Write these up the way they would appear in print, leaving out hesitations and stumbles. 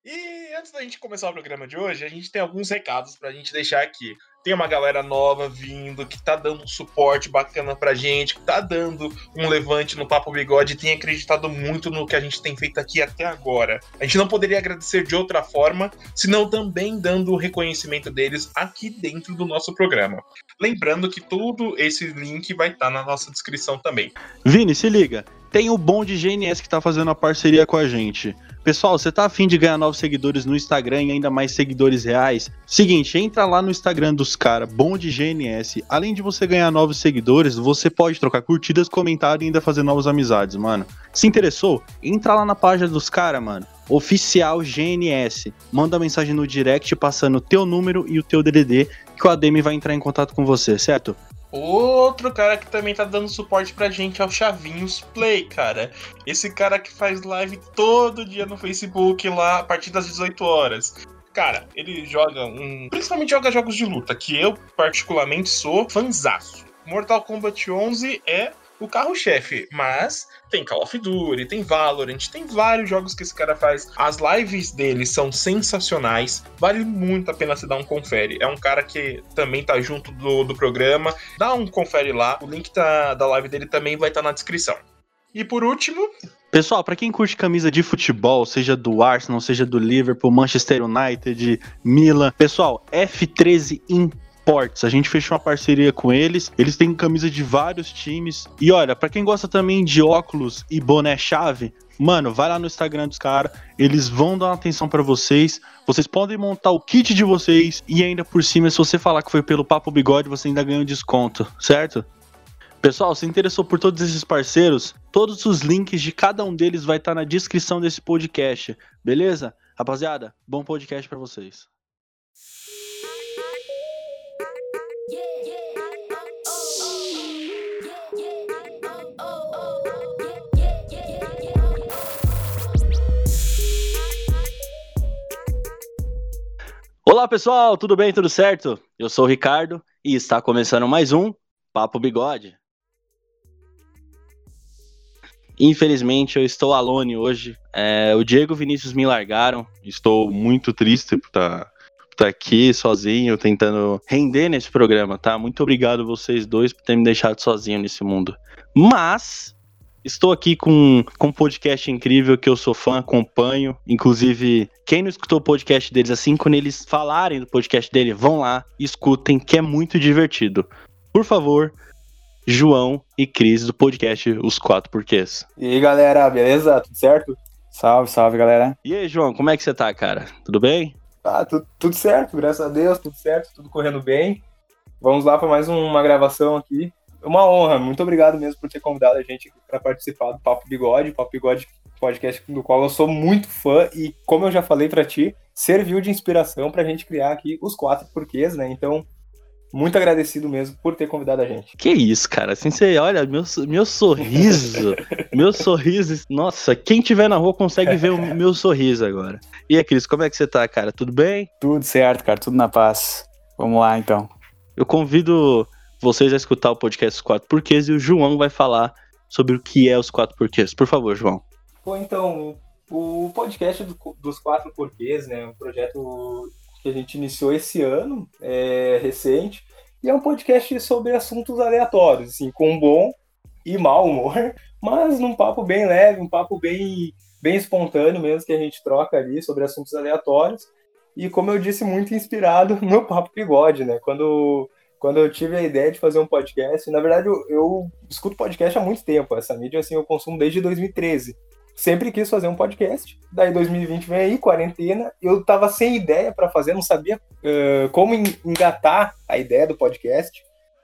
E antes da gente começar o programa de hoje, a gente tem alguns recados pra gente deixar aqui. Tem uma galera nova vindo, que tá dando um suporte bacana pra gente, que tá dando um levante no Papo Bigode e tem acreditado muito no que a gente tem feito aqui até agora. A gente não poderia agradecer de outra forma, senão também dando o reconhecimento deles aqui dentro do nosso programa. Lembrando que todo esse link vai estar na nossa descrição também. Vini, se liga, tem o Bonde GNS que tá fazendo a parceria com a gente. Pessoal, você tá afim de ganhar novos seguidores no Instagram e ainda mais seguidores reais? Seguinte, entra lá no Instagram dos caras, Bonde GNS. Além de você ganhar novos seguidores, você pode trocar curtidas, comentários e ainda fazer novas amizades, mano. Se interessou? Entra lá na página dos caras, mano. Oficial GNS. Manda mensagem no direct passando o teu número e o teu DDD que o ADM vai entrar em contato com você, certo? Outro cara que também tá dando suporte pra gente é o Chavinhos Play, cara. Esse cara que faz live todo dia no Facebook lá a partir das 18 horas. Cara, ele principalmente joga jogos de luta, que eu particularmente sou fanzaço. Mortal Kombat 11 é o carro-chefe, mas tem Call of Duty, tem Valorant, tem vários jogos que esse cara faz. As lives dele são sensacionais, vale muito a pena você dar um confere. É um cara que também tá junto do programa, dá um confere lá, o link da live dele também vai estar na descrição. E por último... Pessoal, pra quem curte camisa de futebol, seja do Arsenal, seja do Liverpool, Manchester United, Milan, pessoal, F13 Imports, a gente fechou uma parceria com eles têm camisa de vários times, e olha, pra quem gosta também de óculos e boné-chave, mano, vai lá no Instagram dos caras, eles vão dar uma atenção pra vocês podem montar o kit de vocês, e ainda por cima, se você falar que foi pelo Papo Bigode, você ainda ganha um desconto, certo? Pessoal, se interessou por todos esses parceiros, todos os links de cada um deles vai estar na descrição desse podcast, beleza? Rapaziada, bom podcast pra vocês. Olá pessoal, tudo bem, tudo certo? Eu sou o Ricardo e está começando mais um Papo Bigode. Infelizmente eu estou alone hoje, o Diego e o Vinícius me largaram, estou muito triste por estar aqui sozinho, tentando render nesse programa, tá? Muito obrigado vocês dois por terem me deixado sozinho nesse mundo. Mas... estou aqui com um podcast incrível que eu sou fã, acompanho. Inclusive, quem não escutou o podcast deles, assim, quando eles falarem do podcast dele, vão lá, escutem, que é muito divertido. Por favor, João e Cris do podcast Os Quatro Porquês. E aí, galera, beleza? Tudo certo? Salve, salve, galera. E aí, João, como é que você tá, cara? Tudo bem? Tudo certo, graças a Deus, tudo certo, tudo correndo bem. Vamos lá para mais uma gravação aqui. Uma honra, muito obrigado mesmo por ter convidado a gente para participar do Papo Bigode, podcast do qual eu sou muito fã e, como eu já falei para ti, serviu de inspiração pra gente criar aqui os Quatro Porquês, né? Então, muito agradecido mesmo por ter convidado a gente. Que isso, cara, assim, você olha, meu sorriso, nossa, quem tiver na rua consegue ver o meu sorriso agora. E aí, Cris, como é que você tá, cara? Tudo bem? Tudo certo, cara, tudo na paz. Vamos lá, então. Eu convido vocês a escutar o podcast Os Quatro Porquês e o João vai falar sobre o que é Os Quatro Porquês. Por favor, João. Bom, então, o podcast dos Quatro Porquês, né, um projeto que a gente iniciou esse ano, recente, e é um podcast sobre assuntos aleatórios, assim, com bom e mau humor, mas num papo bem leve, um papo bem espontâneo mesmo, que a gente troca ali sobre assuntos aleatórios, e como eu disse, muito inspirado no Papo Bigode, né, quando eu tive a ideia de fazer um podcast, na verdade eu escuto podcast há muito tempo, essa mídia assim, eu consumo desde 2013. Sempre quis fazer um podcast, daí 2020 vem aí, quarentena, eu tava sem ideia para fazer, não sabia como engatar a ideia do podcast,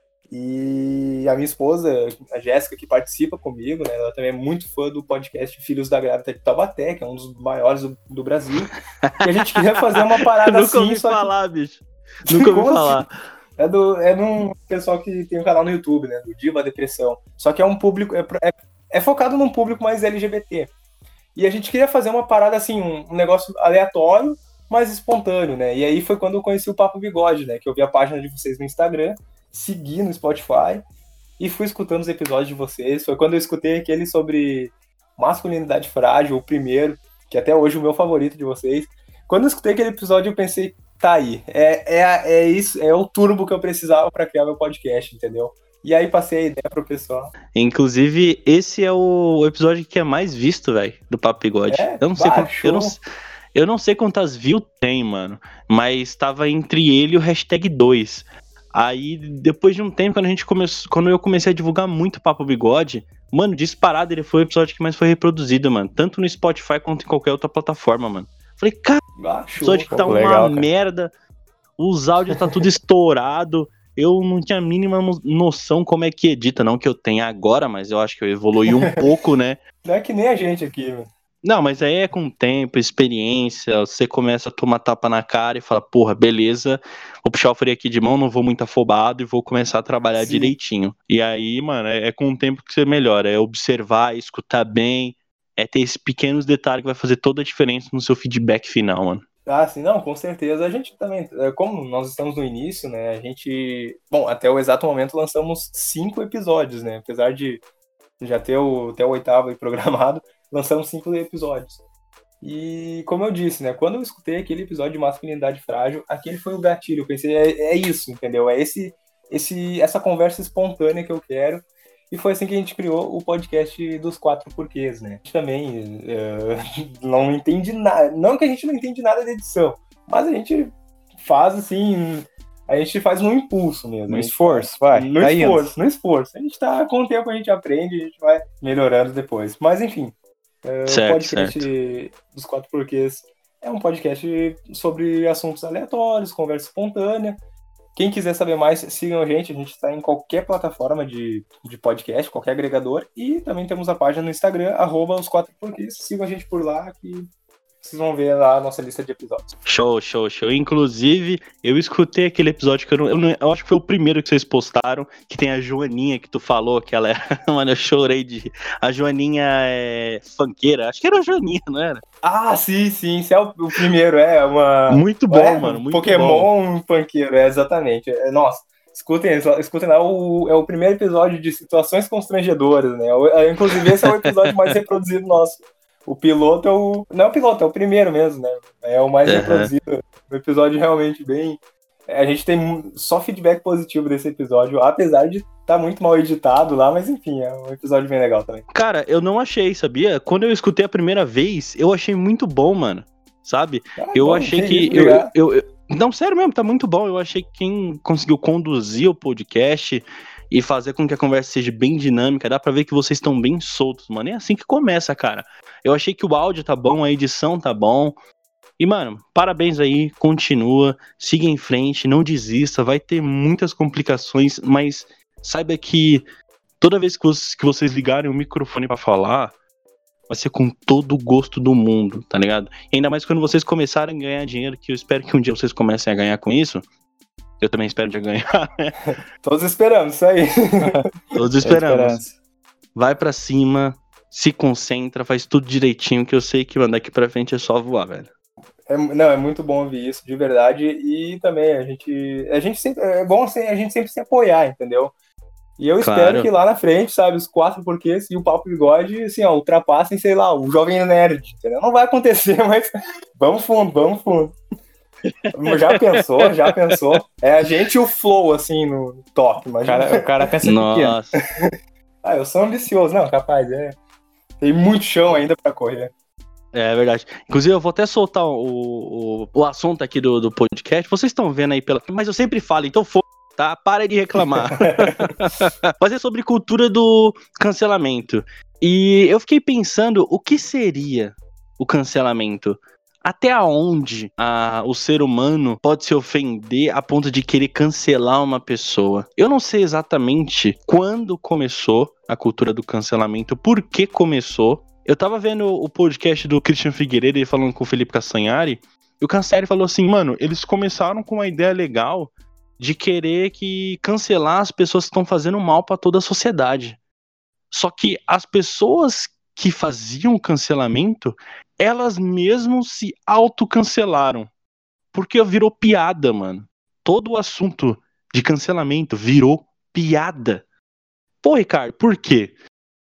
e a minha esposa, a Jéssica, que participa comigo, né, ela também é muito fã do podcast Filhos da Grávida de Taubaté, que é um dos maiores do Brasil, e a gente queria fazer uma parada assim... Nunca ouvi falar, bicho. Nunca ouvi falar. É de um pessoal que tem um canal no YouTube, né? Do Diva Depressão. Só que é um público... É focado num público mais LGBT. E a gente queria fazer uma parada assim, um negócio aleatório, mas espontâneo, né? E aí foi quando eu conheci o Papo Bigode, né? Que eu vi a página de vocês no Instagram, segui no Spotify e fui escutando os episódios de vocês. Foi quando eu escutei aquele sobre masculinidade frágil, o primeiro, que até hoje é o meu favorito de vocês. Quando eu escutei aquele episódio, eu pensei, tá aí. É isso, é o turbo que eu precisava pra criar meu podcast, entendeu? E aí passei a ideia pro pessoal. Inclusive, esse é o episódio que é mais visto, velho, do Papo Bigode. Eu não sei quantas views tem, mano. Mas tava entre ele e o hashtag 2. Aí, depois de um tempo, quando eu comecei a divulgar muito Papo Bigode, mano, disparado, ele foi o episódio que mais foi reproduzido, mano. Tanto no Spotify quanto em qualquer outra plataforma, mano. Falei, cara, o episódio que tá uma legal, cara. merda. Os áudios tá tudo estourado. Eu não tinha a mínima noção como é que edita, não que eu tenha agora, mas eu acho que eu evoluí um pouco, né? Não é que nem a gente aqui, mano. Não, mas aí é com tempo, experiência, você começa a tomar tapa na cara e fala, porra, beleza, vou puxar o freio aqui de mão, não vou muito afobado e vou começar a trabalhar Sim. direitinho. E aí, mano, é com o tempo que você melhora, é observar, escutar bem, é ter esses pequenos detalhes que vai fazer toda a diferença no seu feedback final, mano. Ah, sim, não, com certeza. A gente também, como nós estamos no início, né, a gente, bom, até o exato momento lançamos 5 episódios, né, apesar de já ter até o 8º aí programado, lançamos 5 episódios. E como eu disse, né, quando eu escutei aquele episódio de masculinidade frágil, aquele foi o gatilho, eu pensei, é isso, entendeu, é essa conversa espontânea que eu quero. E foi assim que a gente criou o podcast dos 4 porquês, né? A gente também não entende nada, não que a gente não entende nada de edição, mas a gente faz assim, a gente faz no impulso mesmo. No esforço, vai. No esforço. A gente tá, com o tempo a gente aprende, a gente vai melhorando depois. Mas enfim, o podcast dos 4 porquês é um podcast sobre assuntos aleatórios, conversa espontânea. Quem quiser saber mais, sigam a gente está em qualquer plataforma de podcast, qualquer agregador, e também temos a página no Instagram, @os 4 porquês. Sigam a gente por lá, que vocês vão ver lá a nossa lista de episódios. Show. Inclusive, eu escutei aquele episódio que eu acho que foi o primeiro que vocês postaram, que tem a Joaninha que tu falou, que ela é... Mano, eu chorei de... A Joaninha é funkeira, acho que era a Joaninha, não era? Ah, sim, esse é o primeiro, é uma... Muito bom, mano, muito Pokémon funkeiro, exatamente. Nossa, escutem lá, é o primeiro episódio de situações constrangedoras, né? Inclusive, esse é o episódio mais reproduzido nosso. O piloto é o... Não é o piloto, é o primeiro mesmo, né? É o mais reproduzido. O episódio realmente bem... A gente tem só feedback positivo desse episódio, apesar de estar muito mal editado lá, mas enfim, é um episódio bem legal também. Cara, eu não achei, sabia? Quando eu escutei a primeira vez, eu achei muito bom, mano. Sabe? Eu achei que... Não, sério mesmo, tá muito bom. Eu achei que quem conseguiu conduzir o podcast e fazer com que a conversa seja bem dinâmica, dá pra ver que vocês estão bem soltos, mano. É assim que começa, cara. Eu achei que o áudio tá bom, a edição tá bom. E, mano, parabéns aí, continua, siga em frente, não desista, vai ter muitas complicações, mas saiba que toda vez que vocês ligarem o microfone pra falar, vai ser com todo o gosto do mundo, tá ligado? E ainda mais quando vocês começarem a ganhar dinheiro, que eu espero que um dia vocês comecem a ganhar com isso. Eu também espero de ganhar, né? Todos esperamos, isso aí. Todos esperamos. Vai pra cima, se concentra, faz tudo direitinho, que eu sei que, mano, daqui pra frente é só voar, velho. É muito bom ouvir isso, de verdade, e também a gente sempre, é bom assim, a gente sempre se apoiar, entendeu? E eu espero que lá na frente, sabe, os 4 porquês e o Papo Bigode, assim, ó, ultrapassem, sei lá, o Jovem Nerd, entendeu? Não vai acontecer, mas vamos fundo. Já pensou? É a gente e o Flow, assim, no top, imagina. O cara pensa pequeno. Eu sou ambicioso, não, capaz, tem muito chão ainda pra correr. É verdade. Inclusive, eu vou até soltar o assunto aqui do podcast. Vocês estão vendo aí mas eu sempre falo, então tá? Para de reclamar. Mas é sobre cultura do cancelamento. E eu fiquei pensando, o que seria o cancelamento? Até onde o ser humano pode se ofender a ponto de querer cancelar uma pessoa? Eu não sei exatamente quando começou a cultura do cancelamento, por que começou. Eu tava vendo o podcast do Christian Figueiredo, ele falando com o Felipe Castanhari, e o Castanhari falou assim, mano, eles começaram com uma ideia legal de querer cancelar as pessoas que estão fazendo mal pra toda a sociedade. Só que as pessoas que faziam o cancelamento, elas mesmas se autocancelaram. Porque virou piada, mano. Todo o assunto de cancelamento virou piada. Pô, Ricardo, por quê?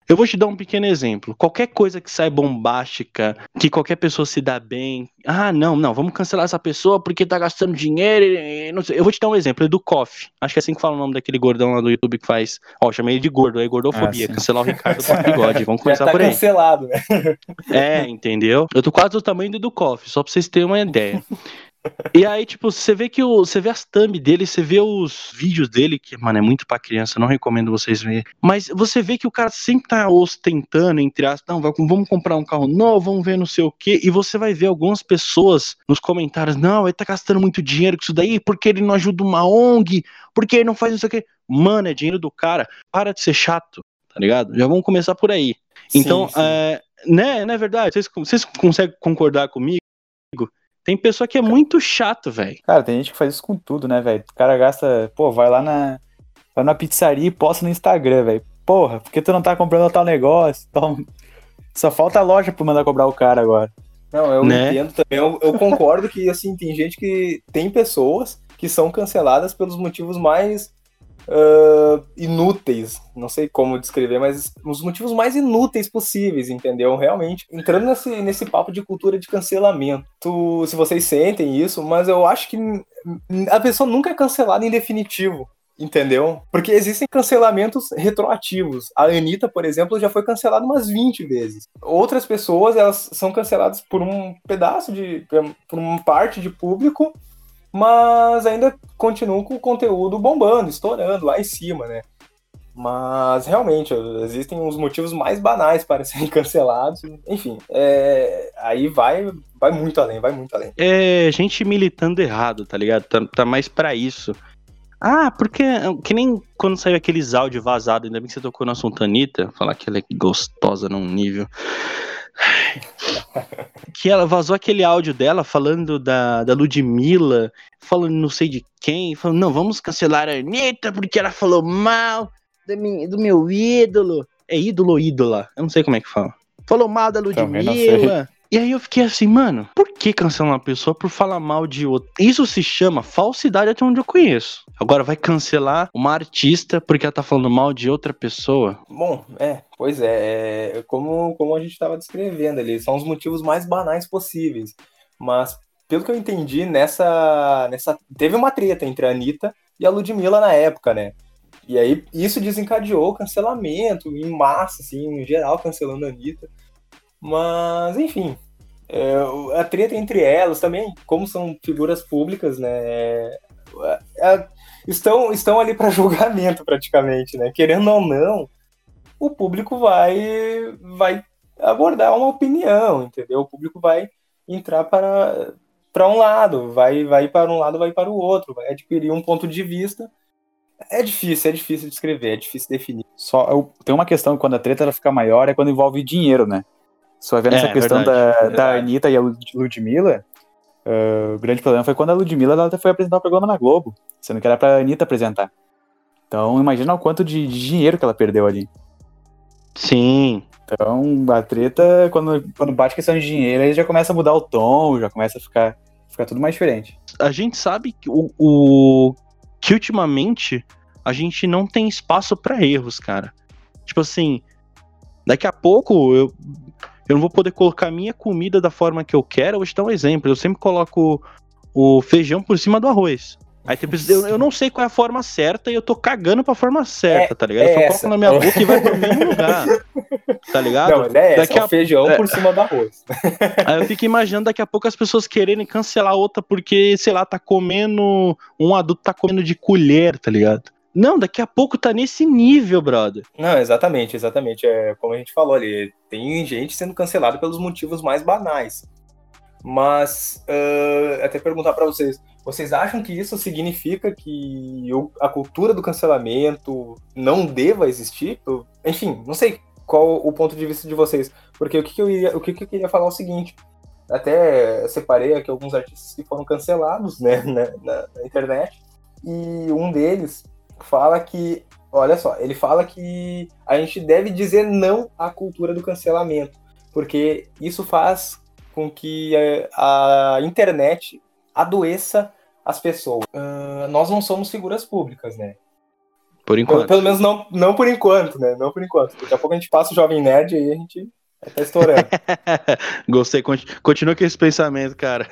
Eu vou te dar um pequeno exemplo. Qualquer coisa que sai bombástica, que qualquer pessoa se dá bem. Ah, não, vamos cancelar essa pessoa porque tá gastando dinheiro. Não sei. Eu vou te dar um exemplo, do Koff. Acho que é assim que fala o nome daquele gordão lá do YouTube que faz. Ó, eu chamei ele de gordo, é gordofobia. Cancelar o Ricardo com bigode. Vamos começar por aí. Cancelado, né? Entendeu? Eu tô quase do tamanho do Koff, só pra vocês terem uma ideia. E aí, tipo, você vê as thumb dele, você vê os vídeos dele, que, mano, é muito pra criança, não recomendo vocês verem. Mas você vê que o cara sempre tá ostentando, entre aspas, não, vamos comprar um carro novo, vamos ver não sei o quê. E você vai ver algumas pessoas nos comentários, não, ele tá gastando muito dinheiro com isso daí, porque ele não ajuda uma ONG, porque ele não faz não sei o quê. Mano, é dinheiro do cara, para de ser chato, tá ligado? Já vamos começar por aí. Então, sim. Não é verdade? Vocês conseguem concordar comigo? Tem pessoa que é muito chato, velho. Cara, tem gente que faz isso com tudo, né, velho? O cara gasta, vai lá na pizzaria e posta no Instagram, velho. Porra, por que tu não tá comprando tal negócio? Então, só falta a loja pra mandar cobrar o cara agora. Não, eu entendo também. Eu concordo que, assim, tem pessoas que são canceladas pelos motivos mais inúteis, não sei como descrever, mas os motivos mais inúteis possíveis, entendeu? Realmente, entrando nesse papo de cultura de cancelamento, se vocês sentem isso, mas eu acho que a pessoa nunca é cancelada em definitivo, entendeu? Porque existem cancelamentos retroativos. A Anitta, por exemplo, já foi cancelada umas 20 vezes. Outras pessoas, elas são canceladas por um pedaço por uma parte de público, mas ainda continuam com o conteúdo bombando, estourando lá em cima, né? Mas, realmente, existem os motivos mais banais para serem cancelados. Enfim, aí vai muito além, vai muito além. É gente militando errado, tá ligado? Tá mais pra isso. Ah, porque que nem quando saiu aqueles áudios vazados, ainda bem que você tocou na assunto Anitta, falar que ela é gostosa num nível... que ela vazou aquele áudio dela falando da Ludmilla, falando não sei de quem, falando, não, vamos cancelar a Anitta porque ela falou mal do meu ídolo. É ídolo ou ídola? Eu não sei como é que fala. Falou mal da Ludmilla. E aí eu fiquei assim, mano, por que cancelar uma pessoa por falar mal de outra? Isso se chama falsidade até onde eu conheço. Agora vai cancelar uma artista porque ela tá falando mal de outra pessoa? Bom, pois é, como a gente estava descrevendo ali, são os motivos mais banais possíveis. Mas, pelo que eu entendi, teve uma treta entre a Anitta e a Ludmilla na época, né? E aí isso desencadeou o cancelamento em massa, assim, em geral, cancelando a Anitta. Mas, enfim, a treta entre elas também, como são figuras públicas, né? Estão ali para julgamento praticamente, né? Querendo ou não, o público vai abordar uma opinião, entendeu? O público vai entrar para um lado, vai para um lado, vai para o outro, vai adquirir um ponto de vista. É difícil de escrever, é difícil definir. Tem uma questão que quando a treta ela fica maior é quando envolve dinheiro, né? Só vendo essa questão da Anitta e a Ludmilla, o grande problema foi quando a Ludmilla ela foi apresentar o programa na Globo, sendo que era pra Anitta apresentar. Então imagina o quanto de dinheiro que ela perdeu ali. Sim. Então a treta, quando bate questão de dinheiro, aí já começa a mudar o tom, já começa a ficar tudo mais diferente. A gente sabe que que ultimamente a gente não tem espaço pra erros, cara. Tipo assim, daqui a pouco eu não vou poder colocar a minha comida da forma que eu quero. Eu vou te dar um exemplo. Eu sempre coloco o feijão por cima do arroz. Aí eu não sei qual é a forma certa e eu tô cagando pra forma certa, tá ligado? Eu só coloco na minha boca e vai pro mesmo lugar. Tá ligado? Não, mas daqui a feijão por cima do arroz. Aí eu fico imaginando daqui a pouco as pessoas quererem cancelar outra porque, sei lá, um adulto tá comendo de colher, tá ligado? Não, daqui a pouco tá nesse nível, brother. Não, exatamente. É como a gente falou ali, tem gente sendo cancelada pelos motivos mais banais. Mas, até perguntar pra vocês acham que isso significa que a cultura do cancelamento não deva existir? Enfim, não sei qual o ponto de vista de vocês, porque o que eu queria falar é o seguinte, até separei aqui alguns artistas que foram cancelados, né, na internet, e um deles fala que, olha só, ele fala que a gente deve dizer não à cultura do cancelamento, porque isso faz com que a internet adoeça as pessoas. Nós não somos figuras públicas, né? Por enquanto. Pelo menos não por enquanto, né? Não por enquanto. Daqui a pouco a gente passa o Jovem Nerd e aí a gente tá estourando. Gostei, continua com esse pensamento, cara.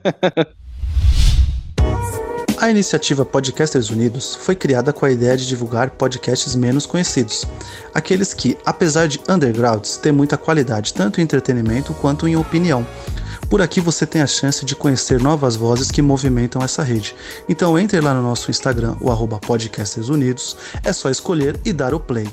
A iniciativa Podcasters Unidos foi criada com a ideia de divulgar podcasts menos conhecidos, aqueles que, apesar de undergrounds, têm muita qualidade tanto em entretenimento quanto em opinião. Por aqui você tem a chance de conhecer novas vozes que movimentam essa rede. Então entre lá no nosso Instagram, o @podcastersunidos, é só escolher e dar o play.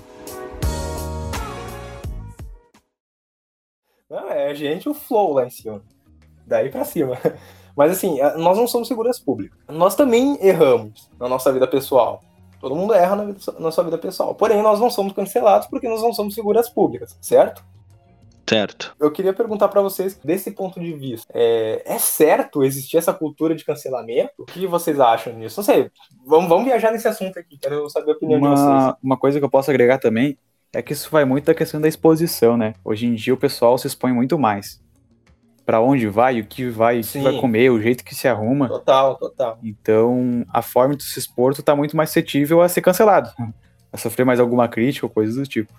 Não, é a gente o flow lá em cima. Daí pra cima. Mas assim, nós não somos figuras públicas. Nós também erramos na nossa vida pessoal. Todo mundo erra na sua vida pessoal. Porém, nós não somos cancelados porque nós não somos figuras públicas, certo? Certo. Eu queria perguntar pra vocês, desse ponto de vista, é certo existir essa cultura de cancelamento? O que vocês acham nisso? Não sei, vamos viajar nesse assunto aqui, quero saber a opinião de vocês. Uma coisa que eu posso agregar também é que isso vai muito da questão da exposição, né? Hoje em dia o pessoal se expõe muito mais. Pra onde vai, o que vai comer, o jeito que se arruma. Total. Então, a forma de se expor tá muito mais suscetível a ser cancelado. A sofrer mais alguma crítica ou coisas do tipo.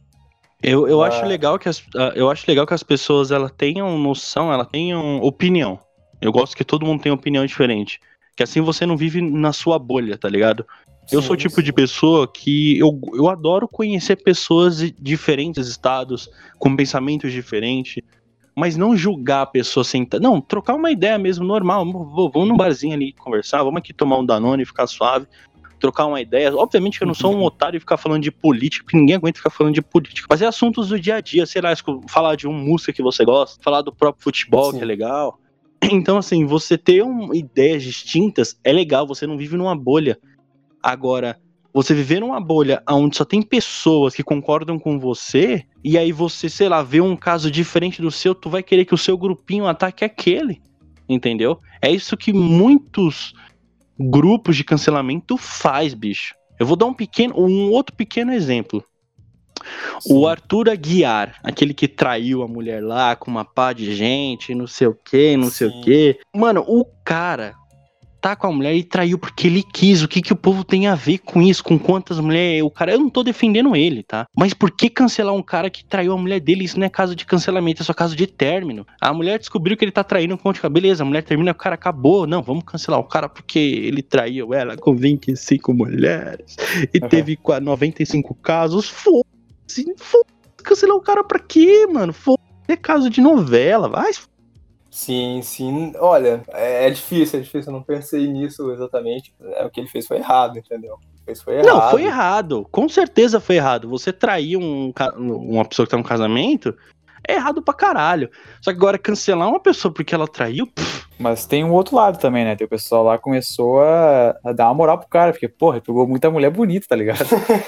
Eu acho legal que as pessoas elas tenham noção, elas tenham opinião. Eu gosto que todo mundo tenha opinião diferente. Que assim você não vive na sua bolha, tá ligado? Eu sou o tipo de pessoa que eu adoro conhecer pessoas de diferentes estados, com pensamentos diferentes, mas não julgar a pessoa não, trocar uma ideia mesmo, normal. Vamos num barzinho ali conversar, vamos aqui tomar um Danone e ficar suave. Trocar uma ideia. Obviamente que eu não sou um otário e ficar falando de política, porque ninguém aguenta ficar falando de política. Mas é assuntos do dia a dia, sei lá, falar de uma música que você gosta, falar do próprio futebol, que é legal. Então, assim, você ter ideias distintas é legal, você não vive numa bolha. Agora, você viver numa bolha onde só tem pessoas que concordam com você, e aí você, sei lá, vê um caso diferente do seu, tu vai querer que o seu grupinho ataque aquele, entendeu? É isso que muitos grupos de cancelamento faz, bicho. Eu vou dar um outro pequeno exemplo. Sim. O Arthur Aguiar, aquele que traiu a mulher lá com uma pá de gente, não sei o que. Mano, o cara tá com a mulher e traiu porque ele quis. O que o povo tem a ver com isso? Com quantas mulheres? Eu não tô defendendo ele, tá? Mas por que cancelar um cara que traiu a mulher dele? Isso não é caso de cancelamento, é só caso de término. A mulher descobriu que ele tá traindo com o beleza, a mulher termina, o cara acabou. Não, vamos cancelar o cara porque ele traiu ela com 25 mulheres e teve 95 casos. Foda-se, cancelar o cara pra quê, mano? Foda-se, é caso de novela, vai. Sim. Olha, é difícil, eu não pensei nisso exatamente. O que ele fez foi errado, entendeu? Não, foi errado. Com certeza foi errado. Você trair uma pessoa que tá num casamento é errado pra caralho. Só que agora cancelar uma pessoa porque ela traiu... Mas tem um outro lado também, né? Tem o pessoal lá que começou a dar uma moral pro cara, porque, porra, ele pegou muita mulher bonita, tá ligado?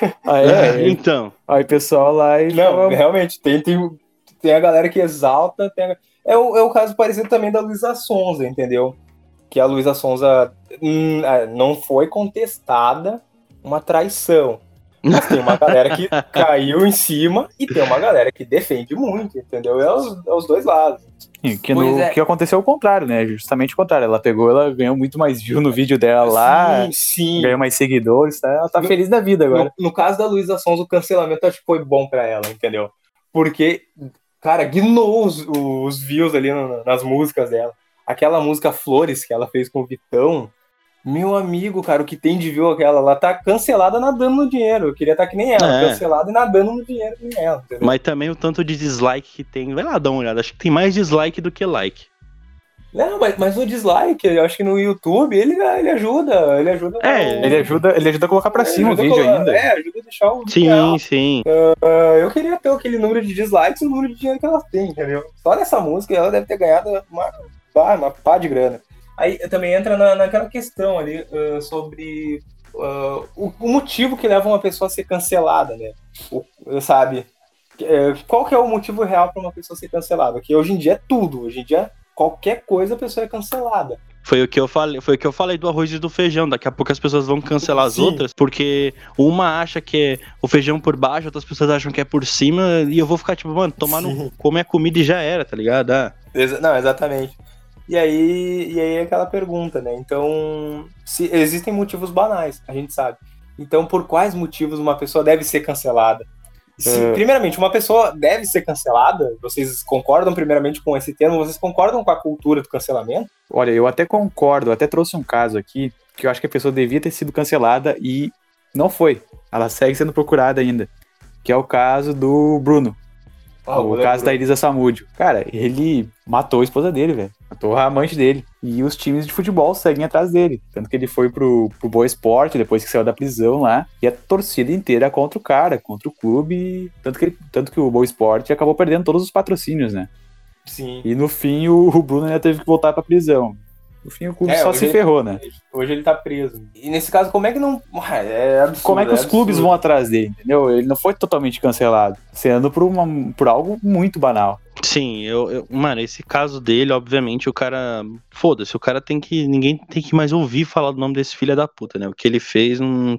Então. Aí o pessoal lá... Não, realmente, tem a galera que exalta... É o caso parecido também da Luísa Sonza, entendeu? Que a Luísa Sonza não foi contestada uma traição. Mas tem uma galera que caiu em cima e tem uma galera que defende muito, entendeu? É os dois lados. Que aconteceu o contrário, né? Justamente o contrário. Ela ganhou muito mais view no vídeo dela lá. Sim. Ganhou mais seguidores, tá? Ela tá feliz da vida agora. No caso da Luísa Sonza, o cancelamento acho que foi bom pra ela, entendeu? Porque... Cara, guinou os views ali nas músicas dela. Aquela música Flores que ela fez com o Vitão, meu amigo, cara, o que tem de view aquela, ela tá cancelada nadando no dinheiro. Eu queria estar que nem ela, cancelada e nadando no dinheiro que nem ela. Entendeu? Mas também o tanto de dislike que tem, vai lá dar uma olhada, acho que tem mais dislike do que like. Não, mas o dislike, eu acho que no YouTube ele ajuda. Ele ajuda a colocar pra cima o vídeo ainda. Ajuda a deixar o vídeo. Sim. Eu queria ter aquele número de dislikes e o número de dinheiro que ela tem, entendeu? Só nessa música ela deve ter ganhado uma pá de grana. Aí também entra naquela questão ali sobre o motivo que leva uma pessoa a ser cancelada, né? Sabe? Qual que é o motivo real pra uma pessoa ser cancelada? Que hoje em dia é tudo. Hoje em dia qualquer coisa a pessoa é cancelada. Foi o que eu falei do arroz e do feijão. Daqui a pouco as pessoas vão cancelar as outras, porque uma acha que é o feijão por baixo, outras pessoas acham que é por cima, e eu vou ficar tipo, mano, comer a comida e já era, tá ligado? Não, exatamente. E aí é aquela pergunta, né? Então, se existem motivos banais, a gente sabe. Então, por quais motivos uma pessoa deve ser cancelada? Primeiramente, uma pessoa deve ser cancelada? Vocês concordam primeiramente com esse termo? Vocês concordam com a cultura do cancelamento? Olha, eu até concordo, até trouxe um caso aqui, que eu acho que a pessoa devia ter sido cancelada e não foi. Ela segue sendo procurada ainda, que é o caso do Bruno. O caso da Elisa Samúdio. Cara, ele matou a esposa dele, velho. Matou a amante dele. E os times de futebol seguem atrás dele. Tanto que ele foi pro Boa Esporte, depois que saiu da prisão lá. E a torcida inteira contra o cara, contra o clube. Tanto que o Boa Esporte acabou perdendo todos os patrocínios, né? Sim. E no fim o Bruno ainda teve que voltar pra prisão. No fim o clube só se ferrou, né? Hoje ele tá preso. E nesse caso, como é que não... É absurdo. Como é que os clubes vão atrás dele, entendeu? Ele não foi totalmente cancelado, sendo por algo muito banal. Sim, mano, esse caso dele, obviamente, o cara... Foda-se, o cara ninguém tem que mais ouvir falar do nome desse filho da puta, né? O que ele fez,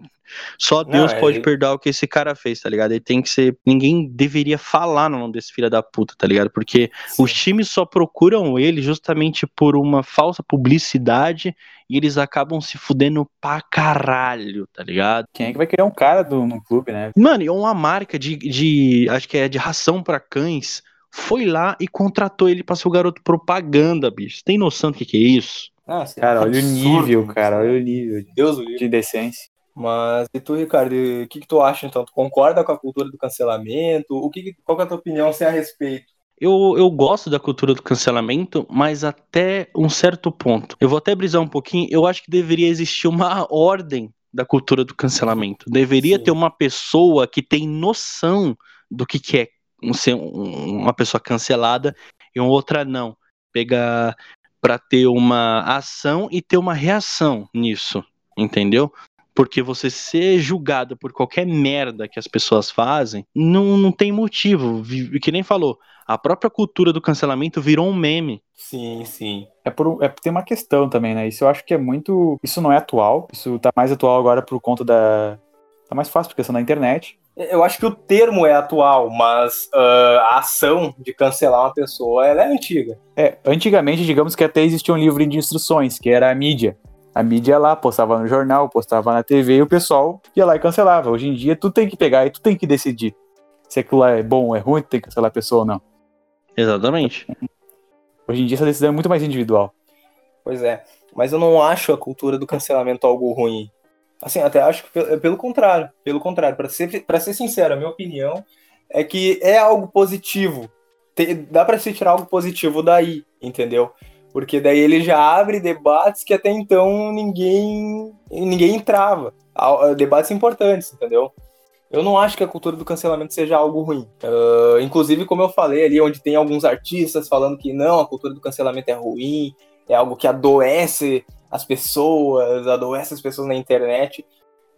só Deus pode perdoar o que esse cara fez, tá ligado? Ele tem que ser... Ninguém deveria falar no nome desse filho da puta, tá ligado? Porque os times só procuram ele justamente por uma falsa publicidade e eles acabam se fudendo pra caralho, tá ligado? Quem é que vai querer um cara no clube, né? Mano, e uma marca acho que é de ração pra cães, foi lá e contratou ele pra ser o garoto propaganda, bicho. Tem noção do que é isso? Cara, olha o nível, cara. Olha o nível de decência. Mas e tu, Ricardo, o que tu acha, então? Tu concorda com a cultura do cancelamento? Qual que é a tua opinião a respeito? Eu gosto da cultura do cancelamento, mas até um certo ponto. Eu vou até brisar um pouquinho. Eu acho que deveria existir uma ordem da cultura do cancelamento. Deveria ter uma pessoa que tem noção do que é ser uma pessoa cancelada e uma outra não. Pegar para ter uma ação e ter uma reação nisso, entendeu? Porque você ser julgado por qualquer merda que as pessoas fazem, não tem motivo. Que nem falou, a própria cultura do cancelamento virou um meme. Sim. Tem uma questão também, né? Isso eu acho que é muito... Isso não é atual. Isso tá mais atual agora por conta da... Tá mais fácil por questão da internet. Eu acho que o termo é atual, mas a ação de cancelar uma pessoa, ela é antiga. Antigamente, digamos que até existia um livro de instruções, que era a mídia. A mídia lá postava no jornal, postava na TV e o pessoal ia lá e cancelava. Hoje em dia, tu tem que pegar e tu tem que decidir se aquilo lá é bom ou é ruim, tu tem que cancelar a pessoa ou não. Exatamente. Hoje em dia, essa decisão é muito mais individual. Pois é, mas eu não acho a cultura do cancelamento algo ruim. Assim, até acho que pelo contrário. Pra ser sincero, a minha opinião é que é algo positivo. Dá pra se tirar algo positivo daí, entendeu? Porque daí ele já abre debates que até então ninguém entrava. Debates importantes, entendeu? Eu não acho que a cultura do cancelamento seja algo ruim. Inclusive, como eu falei ali, onde tem alguns artistas falando que não, a cultura do cancelamento é ruim, é algo que adoece as pessoas na internet.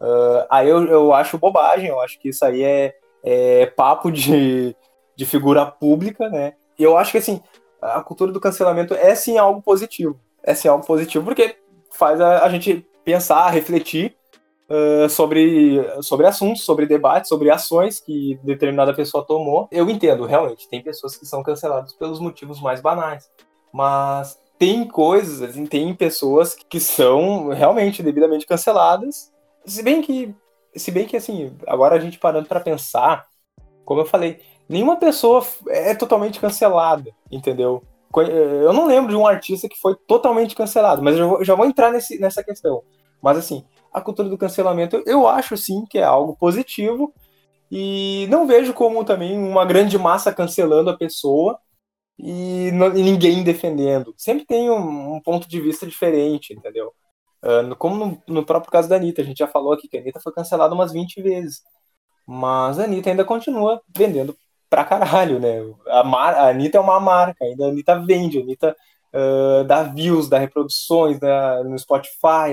Aí eu acho bobagem, eu acho que isso aí é papo de figura pública, né? E eu acho que, assim, a cultura do cancelamento é sim algo positivo. É sim algo positivo porque faz a gente pensar, refletir sobre assuntos, sobre debates, sobre ações que determinada pessoa tomou. Eu entendo, realmente, tem pessoas que são canceladas pelos motivos mais banais. Mas tem coisas, assim, tem pessoas que são realmente devidamente canceladas. Se bem que, assim, agora a gente parando para pensar, como eu falei, nenhuma pessoa é totalmente cancelada, entendeu? Eu não lembro de um artista que foi totalmente cancelado, mas eu já vou entrar nessa questão. Mas, assim, a cultura do cancelamento, eu acho, sim, que é algo positivo e não vejo como também uma grande massa cancelando a pessoa e ninguém defendendo. Sempre tem um ponto de vista diferente, entendeu? Como no próprio caso da Anitta, a gente já falou aqui que a Anitta foi cancelada umas 20 vezes, mas a Anitta ainda continua vendendo pra caralho, né? A Anitta é uma marca, ainda a Anitta vende, a Anitta dá views, dá reproduções no Spotify,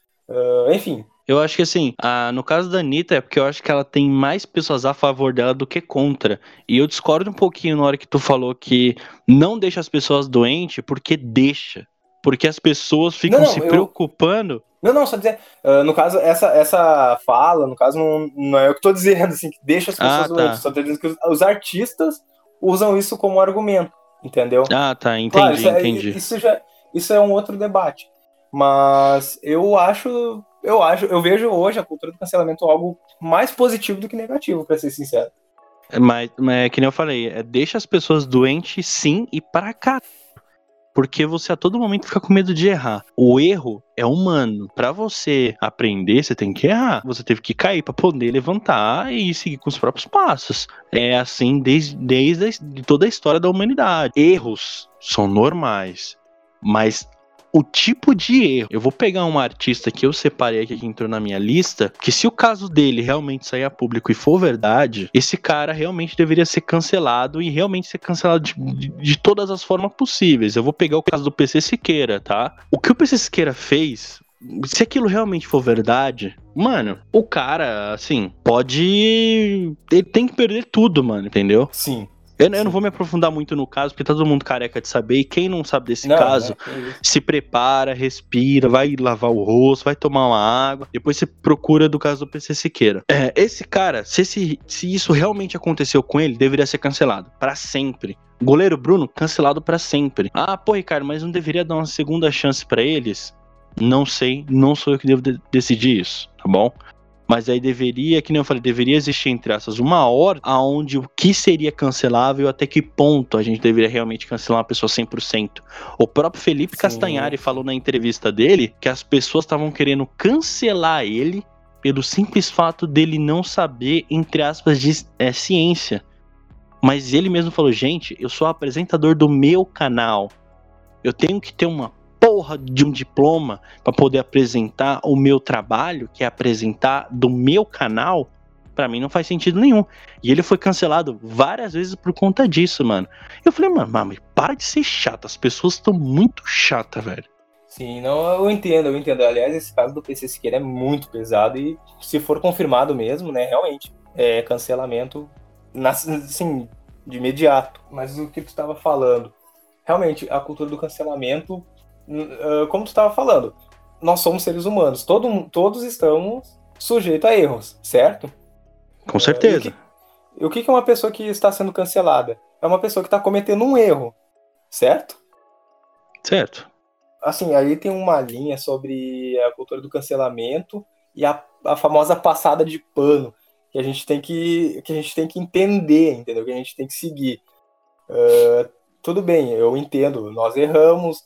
enfim. Eu acho que assim, no caso da Anitta é porque eu acho que ela tem mais pessoas a favor dela do que contra. E eu discordo um pouquinho na hora que tu falou que não deixa as pessoas doentes, porque deixa. Porque as pessoas ficam preocupando. Não, só dizer, no caso, essa fala, no caso, não é eu que tô dizendo, assim, que deixa as pessoas doentes. Só tô dizendo que os artistas usam isso como argumento, entendeu? Ah, tá, entendi, claro, entendi. Isso é um outro debate. Mas eu acho eu vejo hoje a cultura do cancelamento algo mais positivo do que negativo, pra ser sincero. Mas que nem eu falei, deixa as pessoas doentes sim e pra cá. Porque você a todo momento fica com medo de errar. O erro é humano. Pra você aprender, você tem que errar. Você teve que cair pra poder levantar e seguir com os próprios passos. É assim desde toda a história da humanidade. Erros são normais, mas o tipo de erro. Eu vou pegar um artista que eu separei aqui, que entrou na minha lista, que se o caso dele realmente sair a público e for verdade, esse cara realmente deveria ser cancelado e realmente ser cancelado de todas as formas possíveis. Eu vou pegar o caso do PC Siqueira, tá? O que o PC Siqueira fez, se aquilo realmente for verdade, mano, o cara, assim, pode... Ele tem que perder tudo, mano, entendeu? Sim. Eu não vou me aprofundar muito no caso, porque tá todo mundo careca de saber. E quem não sabe desse caso, se prepara, respira, vai lavar o rosto, vai tomar uma água. Depois você procura do caso do PC Siqueira. Esse cara, se isso realmente aconteceu com ele, deveria ser cancelado. Pra sempre. Goleiro Bruno, cancelado pra sempre. Ah, pô, Ricardo, mas não deveria dar uma segunda chance pra eles? Não sei, não sou eu que devo decidir isso, tá bom? Mas aí deveria, que nem eu falei, deveria existir, entre aspas, uma hora onde o que seria cancelável, até que ponto a gente deveria realmente cancelar uma pessoa 100%. O próprio Felipe Castanhari falou na entrevista dele que as pessoas estavam querendo cancelar ele pelo simples fato dele não saber, entre aspas, de ciência. Mas ele mesmo falou, gente, eu sou apresentador do meu canal. Eu tenho que ter uma porra de um diploma para poder apresentar o meu trabalho, que é apresentar do meu canal. Pra mim não faz sentido nenhum. E ele foi cancelado várias vezes por conta disso, mano. Eu falei, mano, mas para de ser chato, as pessoas estão muito chatas, velho. Sim, não, eu entendo. Aliás, esse caso do PC Siqueira é muito pesado e se for confirmado mesmo, né, realmente, é cancelamento, assim, de imediato. Mas o que tu estava falando, realmente, a cultura do cancelamento, como tu estava falando, nós somos seres humanos, todos estamos sujeitos a erros, certo? Com certeza. E o que é uma pessoa que está sendo cancelada? É uma pessoa que está cometendo um erro, certo? Certo. Assim, aí tem uma linha sobre a cultura do cancelamento e a famosa passada de pano que a gente tem que entender, entendeu? Que a gente tem que seguir. Tudo bem, eu entendo, nós erramos,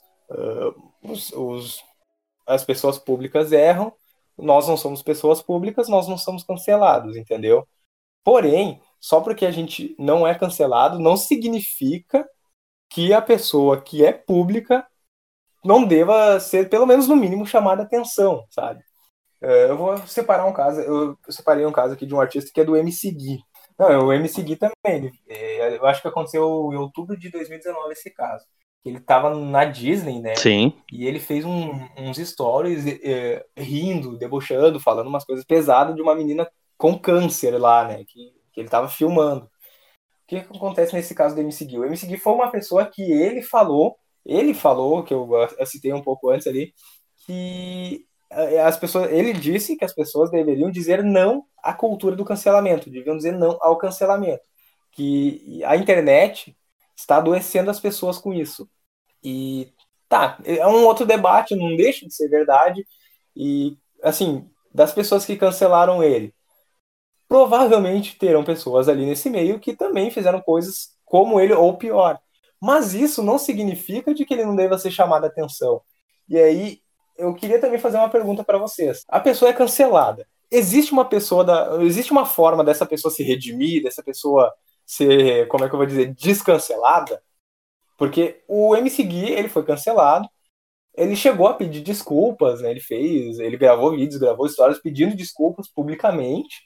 as pessoas públicas erram, nós não somos pessoas públicas, nós não somos cancelados, entendeu? Porém, só porque a gente não é cancelado, não significa que a pessoa que é pública não deva ser, pelo menos no mínimo, chamada atenção, sabe? Eu vou separar um caso, eu separei um caso aqui de um artista que é do MC Gui. Não, o MC Gui também, eu acho que aconteceu em outubro de 2019 esse caso. Ele tava na Disney, né? Sim. E ele fez uns stories rindo, debochando, falando umas coisas pesadas de uma menina com câncer lá, né? Que ele tava filmando. O que acontece nesse caso do MC Gui? O MC Gui foi uma pessoa que ele falou, que eu citei um pouco antes ali, que ele disse que as pessoas deveriam dizer não à cultura do cancelamento, deviam dizer não ao cancelamento. Que a internet está adoecendo as pessoas com isso. E tá, é um outro debate, não deixa de ser verdade. E, assim, das pessoas que cancelaram ele, provavelmente terão pessoas ali nesse meio que também fizeram coisas como ele ou pior. Mas isso não significa de que ele não deva ser chamado a atenção. E aí, eu queria também fazer uma pergunta para vocês. A pessoa é cancelada. Existe uma forma dessa pessoa se redimir, dessa pessoa ser, como é que eu vou dizer, descancelada? Porque o MC Gui, ele foi cancelado, ele chegou a pedir desculpas, né? Ele gravou vídeos, gravou histórias pedindo desculpas publicamente,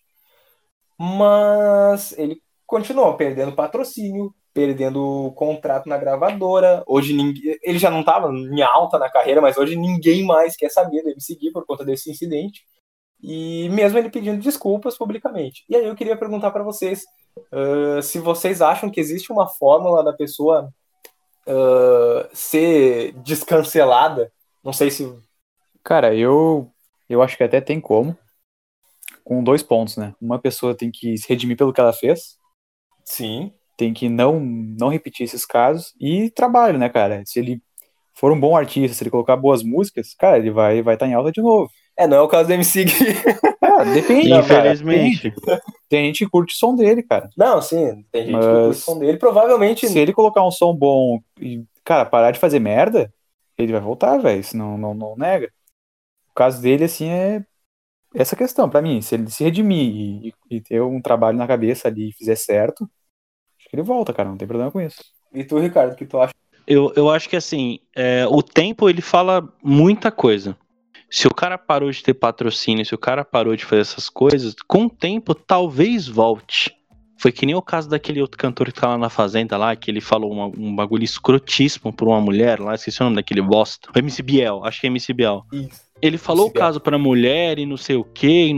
mas ele continuou perdendo patrocínio, perdendo contrato na gravadora. Hoje ele já não estava em alta na carreira, mas hoje ninguém mais quer saber do MC Gui por conta desse incidente. E mesmo ele pedindo desculpas publicamente. E aí eu queria perguntar para vocês se vocês acham que existe uma fórmula da pessoa ser descancelada. Não sei se... Cara, eu acho que até tem como. Com 2 pontos, né? Uma pessoa tem que se redimir pelo que ela fez. Sim. Tem que não repetir esses casos. E trabalho, né, cara? Se ele for um bom artista, se ele colocar boas músicas, cara, ele vai estar em alta de novo. Não é o caso do MC Gui. Depende, Infelizmente. Cara. Tem gente que curte o som dele, cara. Não, sim, tem gente que curte o som dele. Provavelmente... Se ele colocar um som bom e, cara, parar de fazer merda, ele vai voltar, velho. Isso não nega. O caso dele, assim, é essa questão, pra mim. Se ele se redimir e ter um trabalho na cabeça ali e fizer certo, acho que ele volta, cara. Não tem problema com isso. E tu, Ricardo, o que tu acha? Eu acho que assim, o tempo ele fala muita coisa. Se o cara parou de ter patrocínio, se o cara parou de fazer essas coisas, com o tempo talvez volte. Foi que nem o caso daquele outro cantor que tá lá na Fazenda lá, que ele falou um bagulho escrotíssimo pra uma mulher lá, esqueci o nome daquele bosta. O MC Biel, acho que é MC Biel. Isso. Ele falou o caso pra mulher e não sei o que,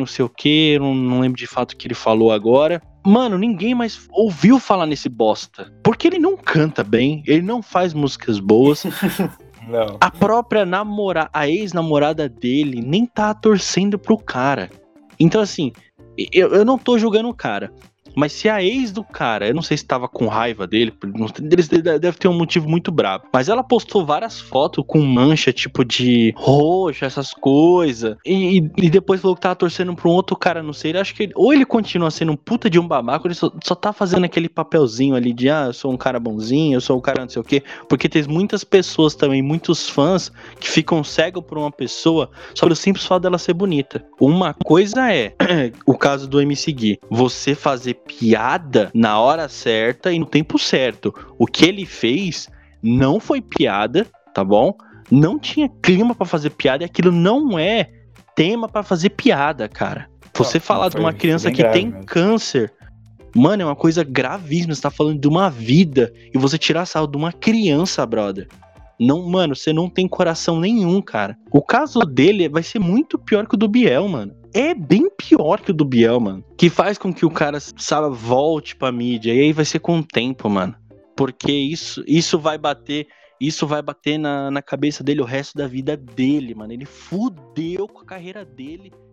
não lembro de fato o que ele falou agora. Mano, ninguém mais ouviu falar nesse bosta. Porque ele não canta bem, ele não faz músicas boas. Não. A própria a ex-namorada dele nem tá torcendo pro cara. Então assim, eu não tô julgando o cara. Mas se a ex do cara, eu não sei se tava com raiva dele, deve ter um motivo muito brabo. Mas ela postou várias fotos com mancha, tipo de roxo, essas coisas. E depois falou que tava torcendo pra um outro cara, não sei. Acho que ou ele continua sendo um puta de um babaca, ou ele só tá fazendo aquele papelzinho ali de, eu sou um cara bonzinho, eu sou um cara não sei o quê. Porque tem muitas pessoas também, muitos fãs, que ficam cegos por uma pessoa só pelo simples fato dela ser bonita. Uma coisa é, o caso do MC Gui, você fazer piada na hora certa e no tempo certo. O que ele fez não foi piada, tá bom? Não tinha clima pra fazer piada e aquilo não é tema pra fazer piada, cara. Você falar de uma criança que tem câncer, mano, é uma coisa gravíssima. Você tá falando de uma vida e você tirar sarro de uma criança, brother. Não, mano, você não tem coração nenhum, cara. O caso dele vai ser muito pior que o do Biel, mano. É bem pior que o do Biel, mano. Que faz com que o cara, sabe, volte pra mídia. E aí vai ser com o tempo, mano. Porque isso vai bater na cabeça dele o resto da vida dele, mano. Ele fudeu com a carreira dele